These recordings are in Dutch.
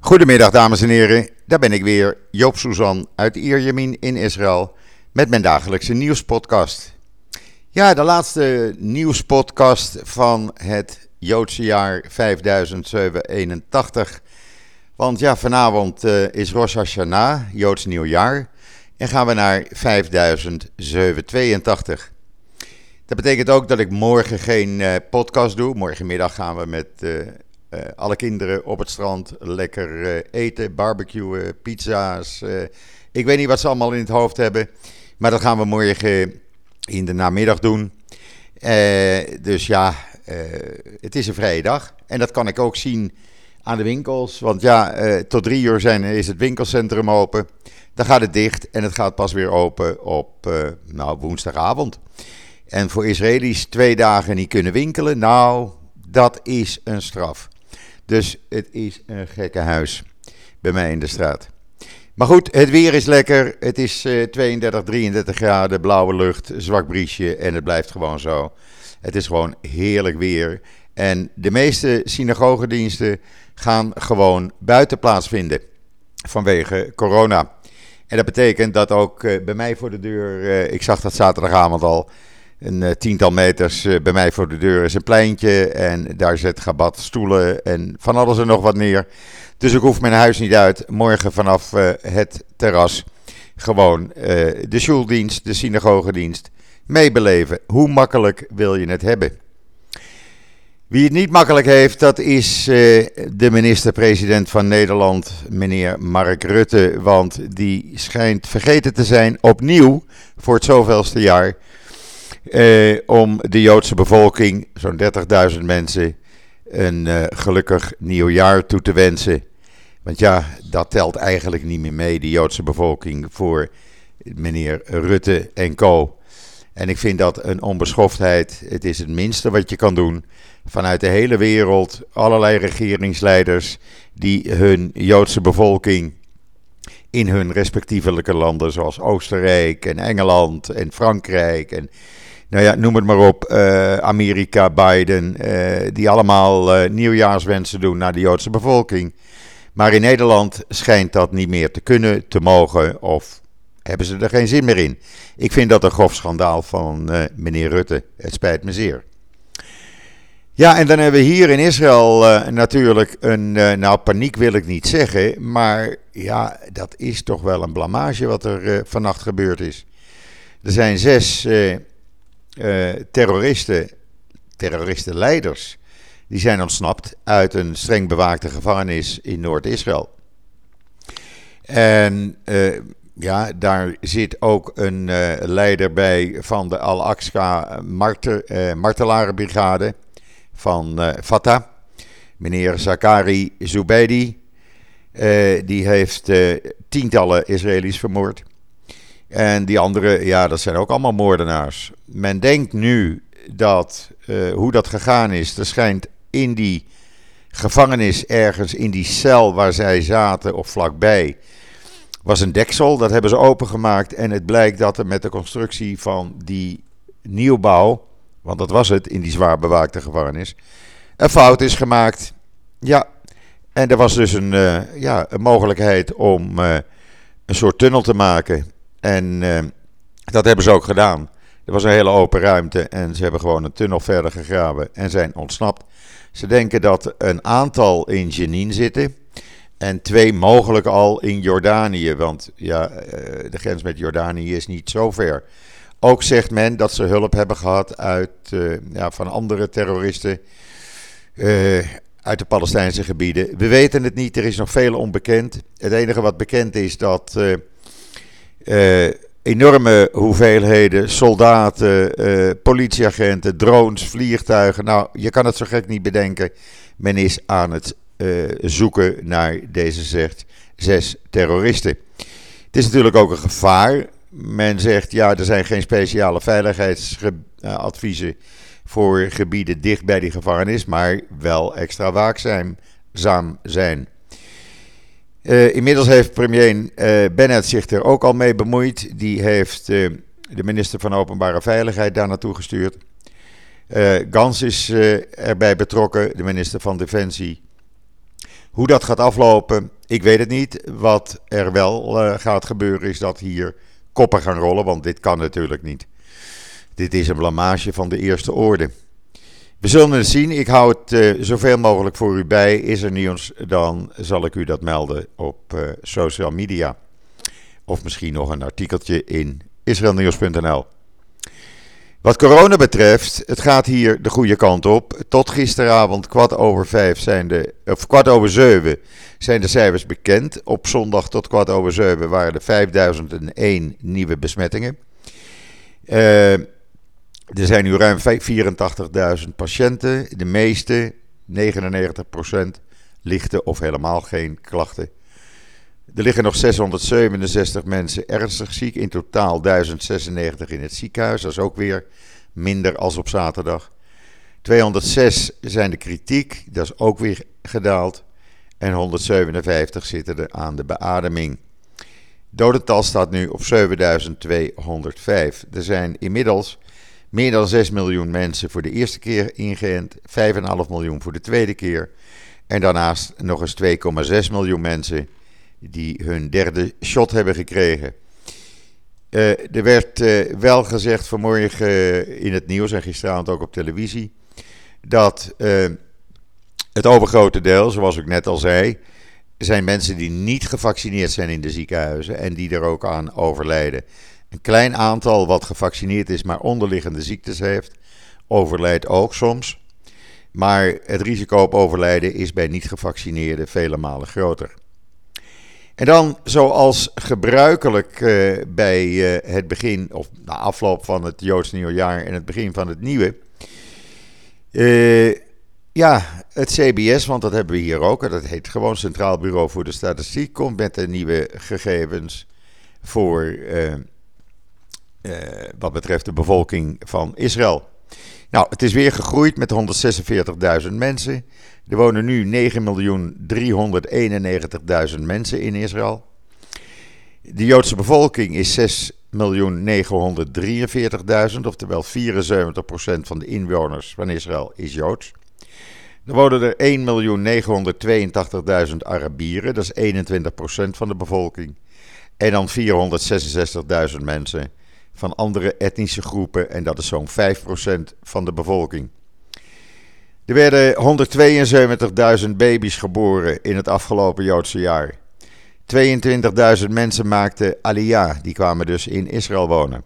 Goedemiddag dames en heren, daar ben ik weer, Joop Suzan uit Ierjemien in Israël met mijn dagelijkse nieuwspodcast. Ja, de laatste nieuwspodcast van het Joodse jaar 5781. Want ja, vanavond is Rosh Hashanah, Joods nieuwjaar, en gaan we naar 5782. Dat betekent ook dat ik morgen geen podcast doe. Morgenmiddag gaan we met alle kinderen op het strand lekker eten, barbecuen, pizza's. Ik weet niet wat ze allemaal in het hoofd hebben, maar dat gaan we morgen in de namiddag doen. Dus ja, het is een vrije dag en dat kan ik ook zien aan de winkels. Want ja, tot 3 uur is het winkelcentrum open. Dan gaat het dicht en het gaat pas weer open op woensdagavond. En voor Israëli's 2 dagen niet kunnen winkelen, nou, dat is een straf. Dus het is een gekke huis bij mij in de straat. Maar goed, het weer is lekker. Het is 32, 33 graden, blauwe lucht, zwak briesje en het blijft gewoon zo. Het is gewoon heerlijk weer. En de meeste synagogediensten gaan gewoon buiten plaatsvinden vanwege corona. En dat betekent dat ook bij mij voor de deur, ik zag dat zaterdagavond al, een 10-tal meters bij mij voor de deur is een pleintje en daar zet Chabad stoelen en van alles en nog wat neer. Dus ik hoef mijn huis niet uit. Morgen vanaf het terras gewoon de sjoeldienst, de synagogedienst meebeleven. Hoe makkelijk wil je het hebben? Wie het niet makkelijk heeft, dat is de minister-president van Nederland, meneer Mark Rutte. Want die schijnt vergeten te zijn, opnieuw, voor het zoveelste jaar, om de Joodse bevolking, zo'n 30.000 mensen, een gelukkig nieuwjaar toe te wensen. Want ja, dat telt eigenlijk niet meer mee, de Joodse bevolking, voor meneer Rutte en co. En ik vind dat een onbeschoftheid. Het is het minste wat je kan doen. Vanuit de hele wereld, allerlei regeringsleiders die hun Joodse bevolking in hun respectievelijke landen, zoals Oostenrijk en Engeland en Frankrijk en nou ja, noem het maar op, Amerika, Biden, die allemaal nieuwjaarswensen doen naar de Joodse bevolking. Maar in Nederland schijnt dat niet meer te kunnen, te mogen, of hebben ze er geen zin meer in. Ik vind dat een grof schandaal van meneer Rutte. Het spijt me zeer. Ja, en dan hebben we hier in Israël natuurlijk paniek wil ik niet zeggen, maar ja, dat is toch wel een blamage wat er vannacht gebeurd is. Er zijn 6 terroristenleiders, die zijn ontsnapt uit een streng bewaakte gevangenis in Noord-Israël. En daar zit ook een leider bij van de Al-Aqsa martelarenbrigade van Fatah, meneer Zakari Zubeidi. Die heeft tientallen Israëli's vermoord. En die anderen, ja, dat zijn ook allemaal moordenaars. Men denkt nu dat, hoe dat gegaan is, er schijnt in die gevangenis ergens, in die cel waar zij zaten of vlakbij, was een deksel. Dat hebben ze opengemaakt en het blijkt dat er met de constructie van die nieuwbouw, want dat was het in die zwaar bewaakte gevangenis, een fout is gemaakt. Ja, en er was dus een mogelijkheid om een soort tunnel te maken. En dat hebben ze ook gedaan. Er was een hele open ruimte en ze hebben gewoon een tunnel verder gegraven en zijn ontsnapt. Ze denken dat een aantal in Jenin zitten en 2 mogelijk al in Jordanië. Want ja, de grens met Jordanië is niet zo ver. Ook zegt men dat ze hulp hebben gehad van andere terroristen uit de Palestijnse gebieden. We weten het niet, er is nog veel onbekend. Het enige wat bekend is dat enorme hoeveelheden soldaten, politieagenten, drones, vliegtuigen. Nou, je kan het zo gek niet bedenken. Men is aan het zoeken naar deze 6 terroristen. Het is natuurlijk ook een gevaar. Men zegt, ja, er zijn geen speciale veiligheidsadviezen voor gebieden dicht bij die gevangenis, maar wel extra waakzaam zijn. Inmiddels heeft premier Bennett zich er ook al mee bemoeid. Die heeft de minister van Openbare Veiligheid daar naartoe gestuurd. Gans is erbij betrokken, de minister van Defensie. Hoe dat gaat aflopen Ik weet het niet. Wat er wel gaat gebeuren is dat hier koppen gaan rollen, want dit kan natuurlijk niet. Dit is een blamage van de eerste orde. We zullen het zien. Ik hou het zoveel mogelijk voor u bij. Is er nieuws, dan zal ik u dat melden op social media. Of misschien nog een artikeltje in israelnieuws.nl. Wat corona betreft, het gaat hier de goede kant op. Tot gisteravond 7:15 zijn de cijfers bekend. Op zondag tot 7:15 waren er 5001 nieuwe besmettingen. Er zijn nu ruim 84.000 patiënten. De meeste, 99%, lichte of helemaal geen klachten. Er liggen nog 667 mensen ernstig ziek. In totaal 1096 in het ziekenhuis. Dat is ook weer minder als op zaterdag. 206 zijn de kritiek. Dat is ook weer gedaald. En 157 zitten er aan de beademing. Dodental staat nu op 7205. Er zijn inmiddels meer dan 6 miljoen mensen voor de eerste keer ingeënt. 5,5 miljoen voor de tweede keer. En daarnaast nog eens 2,6 miljoen mensen die hun derde shot hebben gekregen. Er werd wel gezegd vanmorgen in het nieuws en gisteravond ook op televisie dat het overgrote deel, zoals ik net al zei, zijn mensen die niet gevaccineerd zijn in de ziekenhuizen en die er ook aan overlijden. Een klein aantal wat gevaccineerd is, maar onderliggende ziektes heeft, overlijdt ook soms. Maar het risico op overlijden is bij niet-gevaccineerden vele malen groter. En dan, zoals gebruikelijk bij het begin, of na afloop van het Joods nieuwjaar en het begin van het nieuwe. Het CBS, want dat hebben we hier ook, dat heet gewoon Centraal Bureau voor de Statistiek, komt met de nieuwe gegevens voor wat betreft de bevolking van Israël. Nou, het is weer gegroeid met 146.000 mensen. Er wonen nu 9.391.000 mensen in Israël. De Joodse bevolking is 6.943.000, oftewel 74% van de inwoners van Israël is Joods. Er wonen er 1.982.000 Arabieren, dat is 21% van de bevolking. En dan 466.000 mensen van andere etnische groepen en dat is zo'n 5% van de bevolking. Er werden 172.000 baby's geboren in het afgelopen Joodse jaar. 22.000 mensen maakten Aliyah, die kwamen dus in Israël wonen.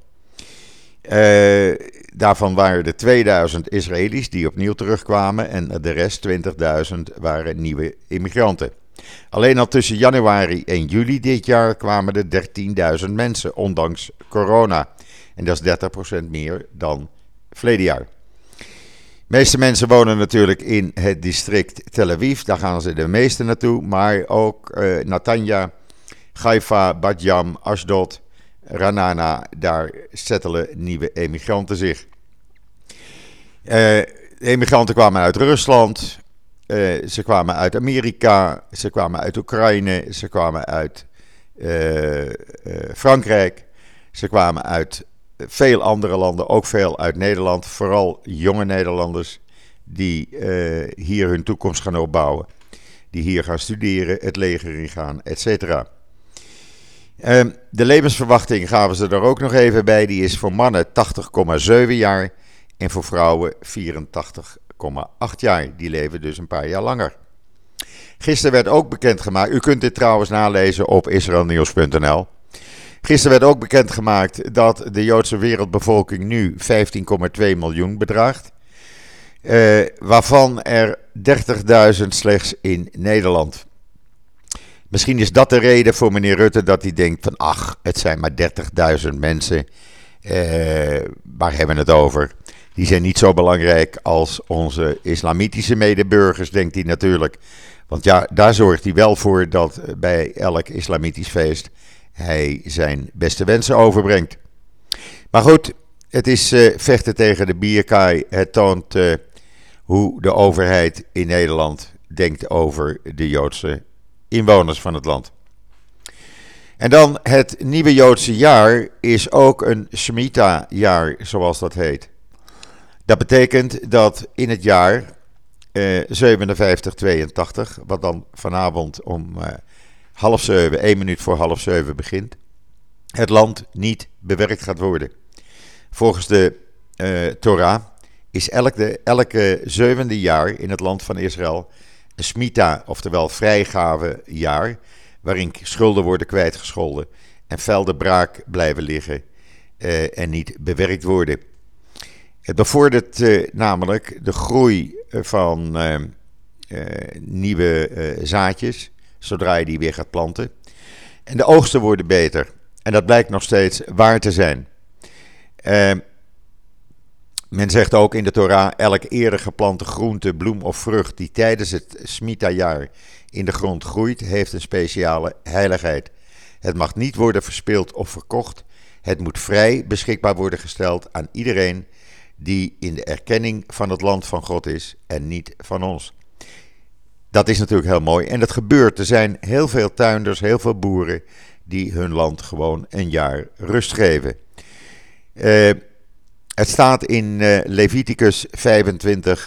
Daarvan waren er 2000 Israëli's die opnieuw terugkwamen en de rest, 20.000, waren nieuwe immigranten. Alleen al tussen januari en juli dit jaar kwamen er 13.000 mensen, ondanks corona. En dat is 30% meer dan verleden jaar. De meeste mensen wonen natuurlijk in het district Tel Aviv, daar gaan ze de meeste naartoe. Maar ook Netanya, Haifa, Bat Yam, Ashdod, Ra'anana, daar settelen nieuwe emigranten zich. De emigranten kwamen uit Rusland, ze kwamen uit Amerika, ze kwamen uit Oekraïne, ze kwamen uit Frankrijk, ze kwamen uit veel andere landen, ook veel uit Nederland. Vooral jonge Nederlanders die hier hun toekomst gaan opbouwen. Die hier gaan studeren, het leger ingaan, etc. De levensverwachting gaven ze er ook nog even bij. Die is voor mannen 80,7 jaar en voor vrouwen 84,8 jaar. Die leven dus een paar jaar langer. Gisteren werd ook bekendgemaakt, u kunt dit trouwens nalezen op israelnieuws.nl. Gisteren werd ook bekendgemaakt dat de Joodse wereldbevolking nu 15,2 miljoen bedraagt. Waarvan er 30.000 slechts in Nederland. Misschien is dat de reden voor meneer Rutte dat hij denkt van het zijn maar 30.000 mensen. Waar hebben we het over? Die zijn niet zo belangrijk als onze islamitische medeburgers, denkt hij natuurlijk. Want ja, daar zorgt hij wel voor dat bij elk islamitisch feest hij zijn beste wensen overbrengt. Maar goed, het is vechten tegen de bierkaai. Het toont hoe de overheid in Nederland denkt over de Joodse inwoners van het land. En dan het nieuwe Joodse jaar is ook een Shemitah-jaar, zoals dat heet. Dat betekent dat in het jaar 5782, wat dan vanavond om 1 minuut voor 6:30 begint, het land niet bewerkt gaat worden. Volgens de Torah is elke 7e jaar in het land van Israël een smita, oftewel vrijgavejaar, waarin schulden worden kwijtgescholden en velden braak blijven liggen en niet bewerkt worden. Het bevordert namelijk de groei van nieuwe zaadjes, zodra je die weer gaat planten. En de oogsten worden beter. En dat blijkt nog steeds waar te zijn. Men zegt ook in de Torah, elk eerder geplante groente, bloem of vrucht die tijdens het Smita-jaar in de grond groeit, heeft een speciale heiligheid. Het mag niet worden verspild of verkocht. Het moet vrij beschikbaar worden gesteld aan iedereen die in de erkenning van het land van God is en niet van ons. Dat is natuurlijk heel mooi en dat gebeurt. Er zijn heel veel tuinders, heel veel boeren die hun land gewoon een jaar rust geven. Het staat in Leviticus 25,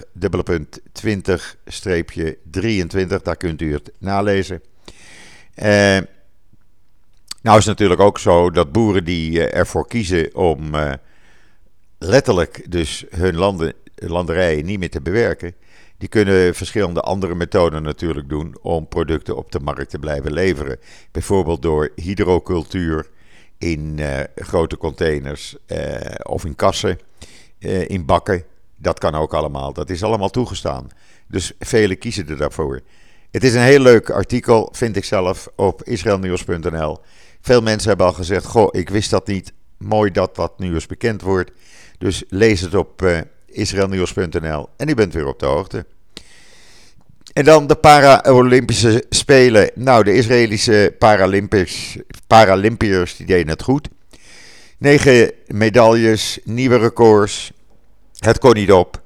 20-23, daar kunt u het nalezen. Nou is het natuurlijk ook zo dat boeren die ervoor kiezen om letterlijk dus hun landerijen niet meer te bewerken, die kunnen verschillende andere methoden natuurlijk doen om producten op de markt te blijven leveren. Bijvoorbeeld door hydrocultuur in grote containers of in kassen, in bakken. Dat kan ook allemaal. Dat is allemaal toegestaan. Dus velen kiezen er daarvoor. Het is een heel leuk artikel, vind ik zelf, op israelnieuws.nl. Veel mensen hebben al gezegd, goh, ik wist dat niet. Mooi dat dat nu eens bekend wordt. Dus lees het op israelnieuws.nl en u bent weer op de hoogte. En dan de Paralympische Spelen. Nou, de Israëlische Paralympiërs die deden het goed. 9 medailles, nieuwe records. Het kon niet op.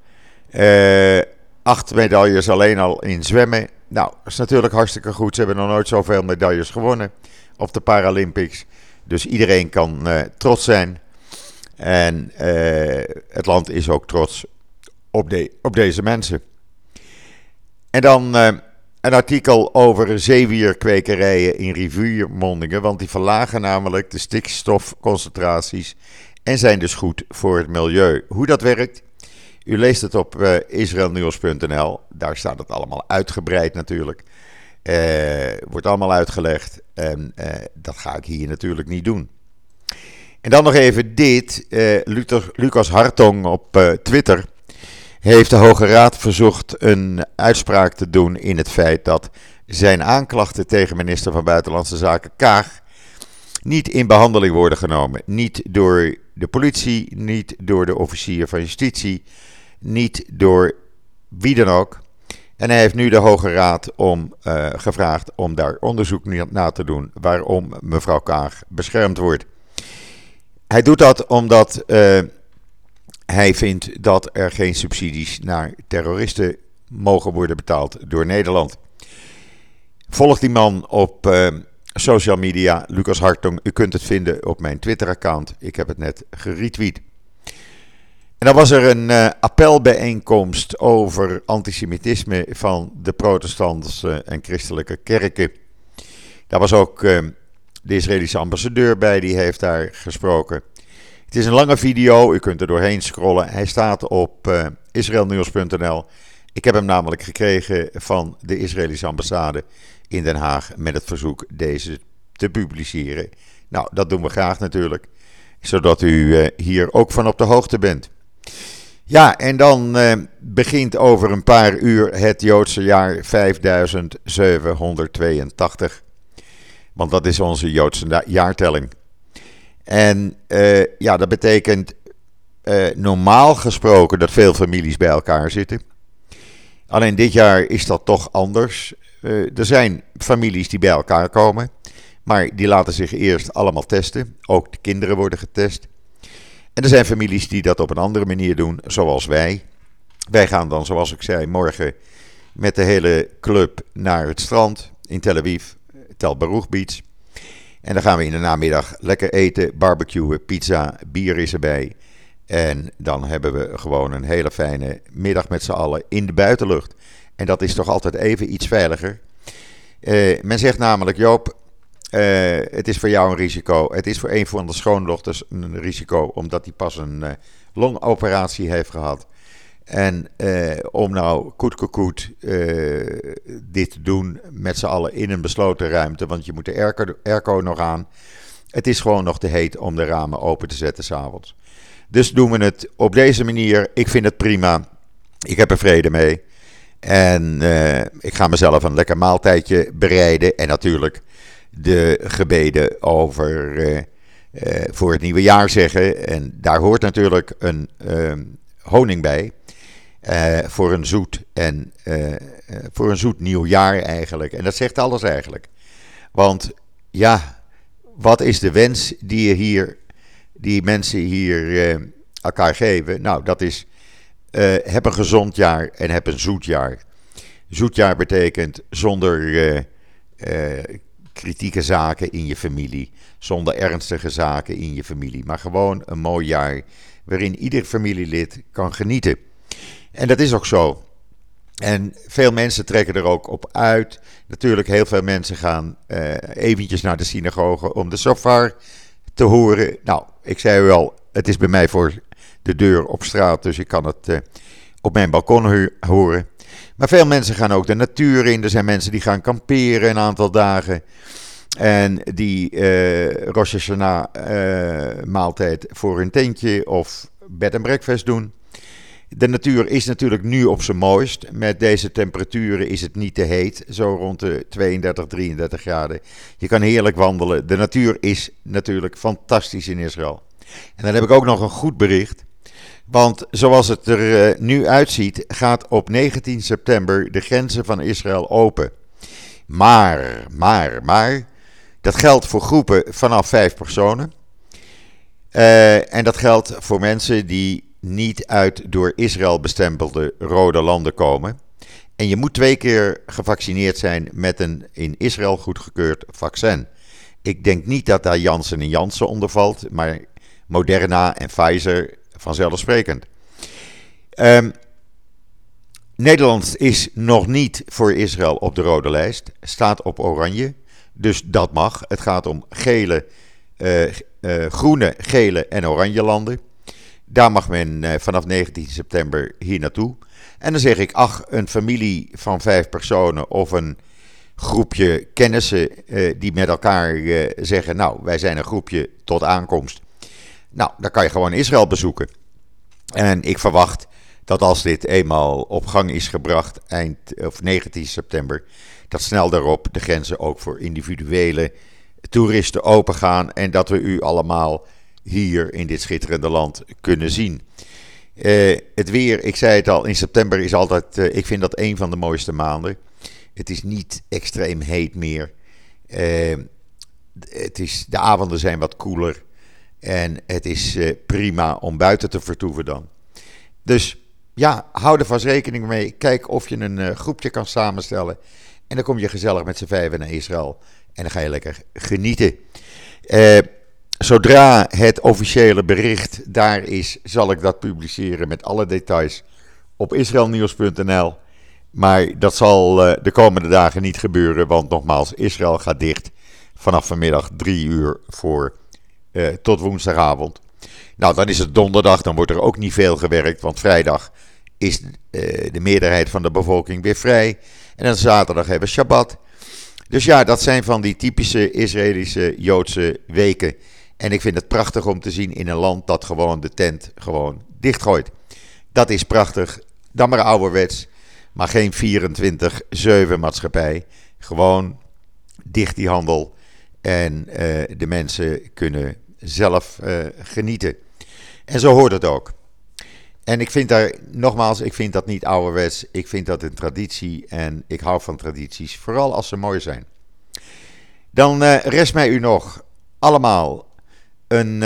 8 medailles alleen al in zwemmen. Nou, dat is natuurlijk hartstikke goed. Ze hebben nog nooit zoveel medailles gewonnen op de Paralympics. Dus iedereen kan trots zijn. En het land is ook trots op deze mensen. En dan een artikel over zeewierkwekerijen in riviermondingen. Want die verlagen namelijk de stikstofconcentraties en zijn dus goed voor het milieu. Hoe dat werkt, u leest het op israelnieuws.nl. Daar staat het allemaal uitgebreid natuurlijk. Wordt allemaal uitgelegd en dat ga ik hier natuurlijk niet doen. En dan nog even dit. Lucas Hartong op Twitter heeft de Hoge Raad verzocht een uitspraak te doen in het feit dat zijn aanklachten tegen minister van Buitenlandse Zaken Kaag niet in behandeling worden genomen. Niet door de politie, niet door de officier van justitie, niet door wie dan ook. En hij heeft nu de Hoge Raad gevraagd om daar onderzoek naar te doen waarom mevrouw Kaag beschermd wordt. Hij doet dat omdat hij vindt dat er geen subsidies naar terroristen mogen worden betaald door Nederland. Volg die man op social media, Lucas Hartong. U kunt het vinden op mijn Twitter-account. Ik heb het net geretweet. En dan was er een appelbijeenkomst over antisemitisme van de protestantse en christelijke kerken. Daar was ook de Israëlische ambassadeur bij, die heeft daar gesproken. Het is een lange video, u kunt er doorheen scrollen. Hij staat op israelnieuws.nl. Ik heb hem namelijk gekregen van de Israëlische ambassade in Den Haag met het verzoek deze te publiceren. Nou, dat doen we graag natuurlijk, zodat u hier ook van op de hoogte bent. Ja, en dan begint over een paar uur het Joodse jaar 5782. Want dat is onze Joodse jaartelling. En ja, dat betekent normaal gesproken dat veel families bij elkaar zitten. Alleen dit jaar is dat toch anders. Er zijn families die bij elkaar komen, maar die laten zich eerst allemaal testen. Ook de kinderen worden getest. En er zijn families die dat op een andere manier doen, zoals wij. Wij gaan dan, zoals ik zei, morgen met de hele club naar het strand in Tel Aviv, Tel Baruch Beach. En dan gaan we in de namiddag lekker eten, barbecuen, pizza, bier is erbij. En dan hebben we gewoon een hele fijne middag met z'n allen in de buitenlucht. En dat is toch altijd even iets veiliger. Men zegt namelijk, Joop, het is voor jou een risico. Het is voor een van de schoondochters een risico, omdat hij pas een longoperatie heeft gehad. En om nou koet dit te doen met z'n allen in een besloten ruimte, want je moet de airco nog aan. Het is gewoon nog te heet om de ramen open te zetten 's avonds. Dus doen we het op deze manier. Ik vind het prima. Ik heb er vrede mee. En ik ga mezelf een lekker maaltijdje bereiden. En natuurlijk de gebeden voor het nieuwe jaar zeggen. En daar hoort natuurlijk een honing bij. Voor een zoet nieuw jaar eigenlijk. En dat zegt alles eigenlijk. Want ja, wat is de wens die mensen hier elkaar geven? Nou, dat is heb een gezond jaar en heb een zoet jaar. Zoet jaar betekent zonder kritieke zaken in je familie, zonder ernstige zaken in je familie, maar gewoon een mooi jaar waarin ieder familielid kan genieten. En dat is ook zo. En veel mensen trekken er ook op uit. Natuurlijk, heel veel mensen gaan eventjes naar de synagoge om de shofar te horen. Nou, ik zei u al, het is bij mij voor de deur op straat, dus ik kan het op mijn balkon horen. Maar veel mensen gaan ook de natuur in. Er zijn mensen die gaan kamperen een aantal dagen. En die Rosh Hashanah maaltijd voor hun tentje of bed en breakfast doen. De natuur is natuurlijk nu op zijn mooist. Met deze temperaturen is het niet te heet. Zo rond de 32, 33 graden. Je kan heerlijk wandelen. De natuur is natuurlijk fantastisch in Israël. En dan heb ik ook nog een goed bericht. Want zoals het er nu uitziet, gaat op 19 september de grenzen van Israël open. Maar, dat geldt voor groepen vanaf 5 personen. En dat geldt voor mensen die niet uit door Israël bestempelde rode landen komen. En je moet 2 keer gevaccineerd zijn met een in Israël goedgekeurd vaccin. Ik denk niet dat daar Janssen en Janssen onder valt, maar Moderna en Pfizer vanzelfsprekend. Nederland is nog niet voor Israël op de rode lijst, staat op oranje, dus dat mag. Het gaat om groene, gele en oranje landen. Daar mag men vanaf 19 september hier naartoe. En dan zeg ik, een familie van 5 personen of een groepje kennissen die met elkaar zeggen, nou, wij zijn een groepje tot aankomst. Nou, dan kan je gewoon Israël bezoeken. En ik verwacht dat als dit eenmaal op gang is gebracht, 19 september, dat snel daarop de grenzen ook voor individuele toeristen opengaan en dat we u allemaal hier in dit schitterende land kunnen zien. Het weer, ik zei het al, in september is altijd, ik vind dat een van de mooiste maanden. Het is niet extreem heet meer. De avonden zijn wat koeler. En het is prima om buiten te vertoeven dan. Dus ja, hou er vast rekening mee. Kijk of je een groepje kan samenstellen. En dan kom je gezellig met z'n 5 naar Israël. En dan ga je lekker genieten. Zodra het officiële bericht daar is, zal ik dat publiceren met alle details op israelnieuws.nl. Maar dat zal de komende dagen niet gebeuren, want nogmaals, Israël gaat dicht vanaf vanmiddag 3 uur tot woensdagavond. Nou, dan is het donderdag, dan wordt er ook niet veel gewerkt, want vrijdag is de meerderheid van de bevolking weer vrij. En dan zaterdag hebben we Shabbat. Dus ja, dat zijn van die typische Israëlische Joodse weken. En ik vind het prachtig om te zien in een land dat gewoon de tent gewoon dichtgooit. Dat is prachtig, dan maar ouderwets, maar geen 24/7 maatschappij. Gewoon dicht die handel en de mensen kunnen zelf genieten. En zo hoort het ook. En ik vind ik vind dat niet ouderwets. Ik vind dat een traditie en ik hou van tradities, vooral als ze mooi zijn. Dan rest mij u nog allemaal een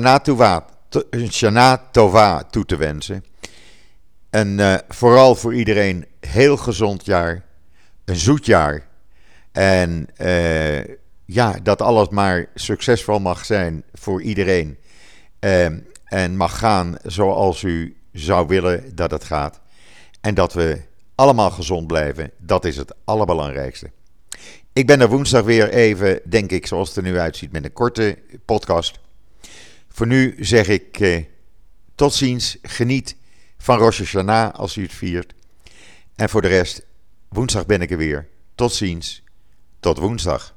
Shana Tova toe te wensen. En vooral voor iedereen heel gezond jaar, een zoet jaar. En dat alles maar succesvol mag zijn voor iedereen. En mag gaan zoals u zou willen dat het gaat. En dat we allemaal gezond blijven, dat is het allerbelangrijkste. Ik ben er woensdag weer even, denk ik, zoals het er nu uitziet, met een korte podcast. Voor nu zeg ik tot ziens, geniet van Rosh Hashanah als u het viert. En voor de rest, woensdag ben ik er weer. Tot ziens, tot woensdag.